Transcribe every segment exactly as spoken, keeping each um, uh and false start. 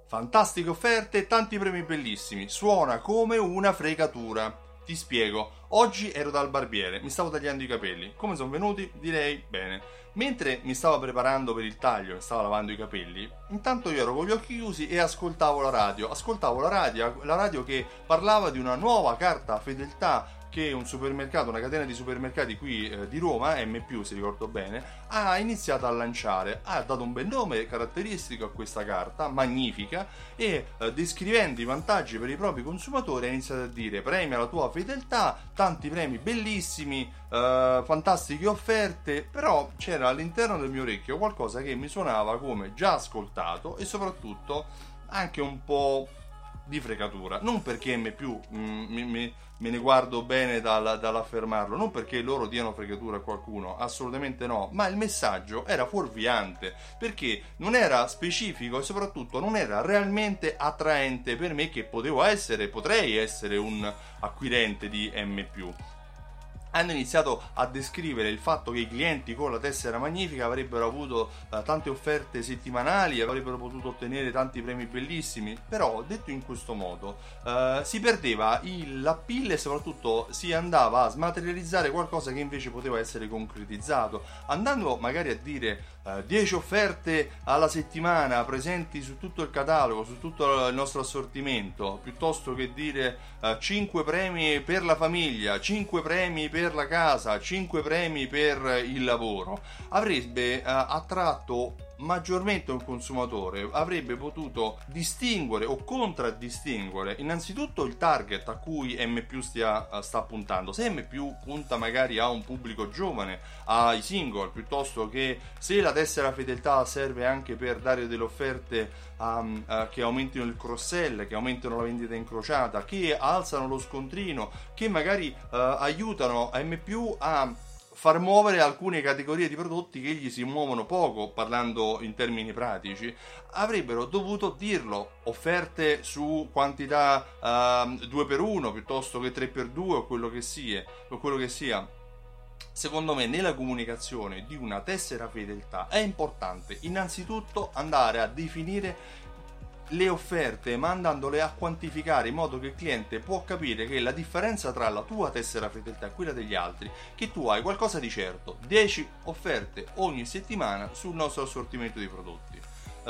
Fantastiche offerte, tanti premi bellissimi. Suona come una fregatura. Ti spiego. Oggi ero dal barbiere, mi stavo tagliando i capelli. Come sono venuti? Direi bene. Mentre mi stavo preparando per il taglio e stavo lavando i capelli, intanto io ero con gli occhi chiusi e ascoltavo la radio. Ascoltavo la radio, la radio che parlava di una nuova carta fedeltà che un supermercato, una catena di supermercati qui eh, di Roma, M più se ricordo bene, ha iniziato a lanciare. Ha dato un bel nome caratteristico a questa carta, magnifica, e eh, descrivendo i vantaggi per i propri consumatori ha iniziato a dire: premia la tua fedeltà, tanti premi bellissimi, eh, fantastiche offerte. Però c'era all'interno del mio orecchio qualcosa che mi suonava come già ascoltato e soprattutto anche un po' di fregatura. Non perché M più mm, mi, mi, me ne guardo bene dal, dall'affermarlo, non perché loro diano fregatura a qualcuno, assolutamente no, ma il messaggio era fuorviante, perché non era specifico e soprattutto non era realmente attraente per me, che potevo essere, potrei essere un acquirente di M più. Hanno iniziato a descrivere il fatto che i clienti con la tessera magnifica avrebbero avuto uh, tante offerte settimanali, avrebbero potuto ottenere tanti premi bellissimi. Però, detto in questo modo, uh, si perdeva il, l'appeal e soprattutto si andava a smaterializzare qualcosa che invece poteva essere concretizzato, andando magari a dire uh, dieci offerte alla settimana presenti su tutto il catalogo, su tutto il nostro assortimento, piuttosto che dire uh, cinque premi per la famiglia, cinque premi per per la casa, cinque premi per il lavoro. Avrebbe eh, attratto maggiormente un consumatore, avrebbe potuto distinguere o contraddistinguere innanzitutto il target a cui M più stia, sta puntando. Se M più punta magari a un pubblico giovane, ai single, piuttosto che se la tessera fedeltà serve anche per dare delle offerte um, uh, che aumentino il cross-sell, che aumentino la vendita incrociata, che alzano lo scontrino, che magari uh, aiutano M più a far muovere alcune categorie di prodotti che gli si muovono poco, parlando in termini pratici, avrebbero dovuto dirlo. Offerte su quantità uh, due per uno piuttosto che tre per due o quello che sia, o quello che sia. Secondo me nella comunicazione di una tessera fedeltà è importante innanzitutto andare a definire le offerte, ma andandole a quantificare in modo che il cliente può capire che la differenza tra la tua tessera fedeltà e quella degli altri, che tu hai qualcosa di certo, dieci offerte ogni settimana sul nostro assortimento di prodotti.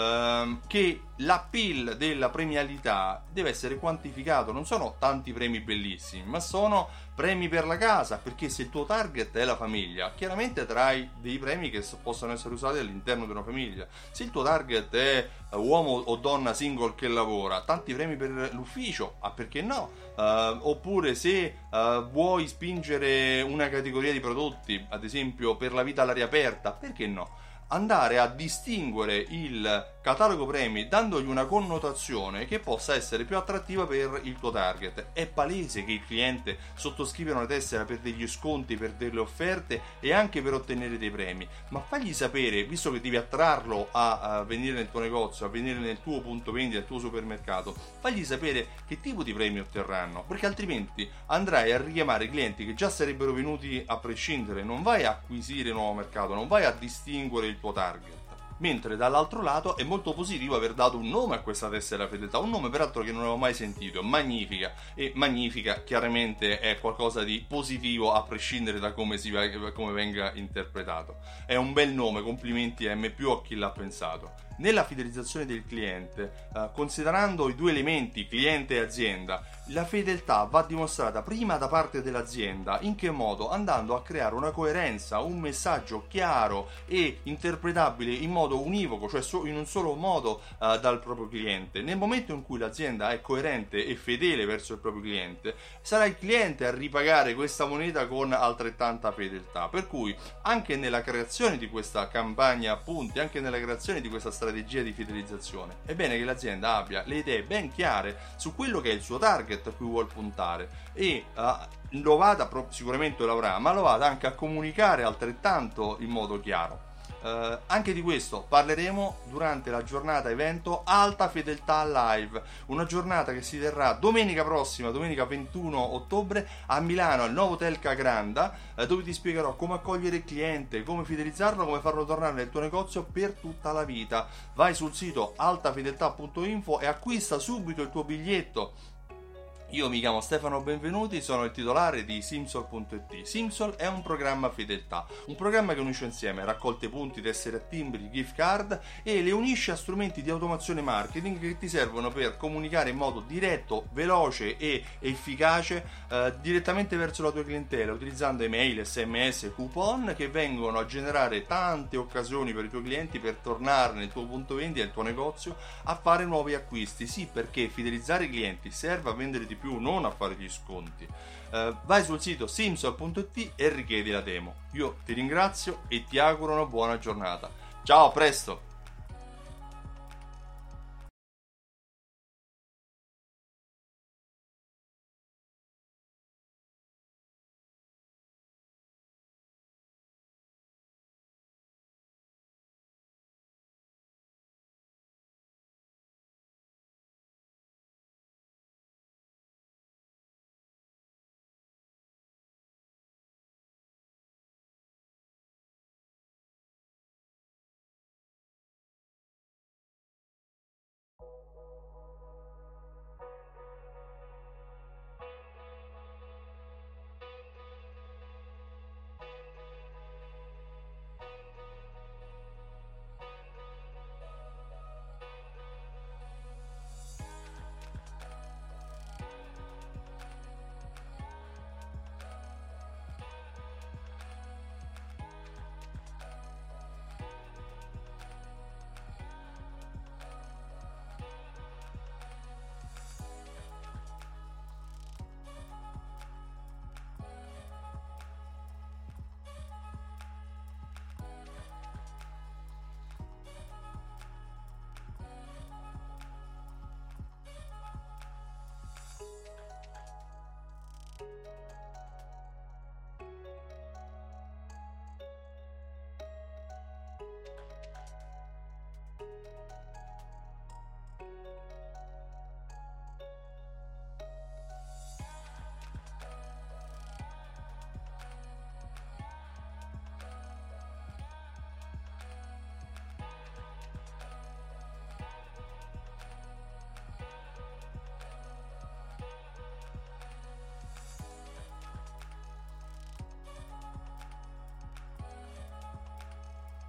Uh, che l'appeal della premialità deve essere quantificato. Non sono tanti premi bellissimi, ma sono premi per la casa, perché se il tuo target è la famiglia, chiaramente avrai dei premi che possono essere usati all'interno di una famiglia. Se il tuo target è uomo o donna single che lavora, tanti premi per l'ufficio, ah perché no? Uh, oppure se uh, vuoi spingere una categoria di prodotti, ad esempio per la vita all'aria aperta, perché no? Andare a distinguere il catalogo premi dandogli una connotazione che possa essere più attrattiva per il tuo target. È palese che il cliente sottoscrive una tessera per degli sconti, per delle offerte e anche per ottenere dei premi, ma fagli sapere, visto che devi attrarlo a, a venire nel tuo negozio, a venire nel tuo punto vendita, nel tuo supermercato, fagli sapere che tipo di premi otterranno, perché altrimenti andrai a richiamare clienti che già sarebbero venuti a prescindere. Non vai a acquisire nuovo mercato, non vai a distinguere il tuo target. Mentre dall'altro lato è molto positivo aver dato un nome a questa tessera fedeltà, un nome peraltro che non avevo mai sentito, magnifica. E magnifica chiaramente è qualcosa di positivo a prescindere da come, si, come venga interpretato. È un bel nome, complimenti a M più, a chi l'ha pensato. Nella fidelizzazione del cliente, eh, considerando i due elementi cliente e azienda, la fedeltà va dimostrata prima da parte dell'azienda. In che modo? Andando a creare una coerenza, un messaggio chiaro e interpretabile in modo univoco, cioè in un solo modo uh, dal proprio cliente. Nel momento in cui l'azienda è coerente e fedele verso il proprio cliente, sarà il cliente a ripagare questa moneta con altrettanta fedeltà. Per cui anche nella creazione di questa campagna punti, anche nella creazione di questa strategia di fidelizzazione, è bene che l'azienda abbia le idee ben chiare su quello che è il suo target a cui vuol puntare e uh, lo vada, sicuramente lo avrà, ma lo vada anche a comunicare altrettanto in modo chiaro. Uh, anche di questo parleremo durante la giornata evento Alta Fedeltà Live, una giornata che si terrà domenica prossima, domenica ventuno ottobre a Milano al nuovo Hotel Cagranda, uh, dove ti spiegherò come accogliere il cliente, come fidelizzarlo, come farlo tornare nel tuo negozio per tutta la vita. Vai sul sito altafedeltà punto info e acquista subito il tuo biglietto. Io mi chiamo Stefano Benvenuti, sono il titolare di Simsol punto it. Simsol è un programma fedeltà, un programma che unisce insieme raccolte punti, tessere a timbri, gift card e le unisce a strumenti di automazione marketing che ti servono per comunicare in modo diretto, veloce e efficace eh, direttamente verso la tua clientela, utilizzando email, sms e coupon che vengono a generare tante occasioni per i tuoi clienti per tornare nel tuo punto vendita, nel tuo negozio, a fare nuovi acquisti. Sì, perché fidelizzare i clienti serve a vendere di più, non a fare gli sconti. Uh, vai sul sito simsol punto it e richiedi la demo. Io ti ringrazio e ti auguro una buona giornata. Ciao, a presto!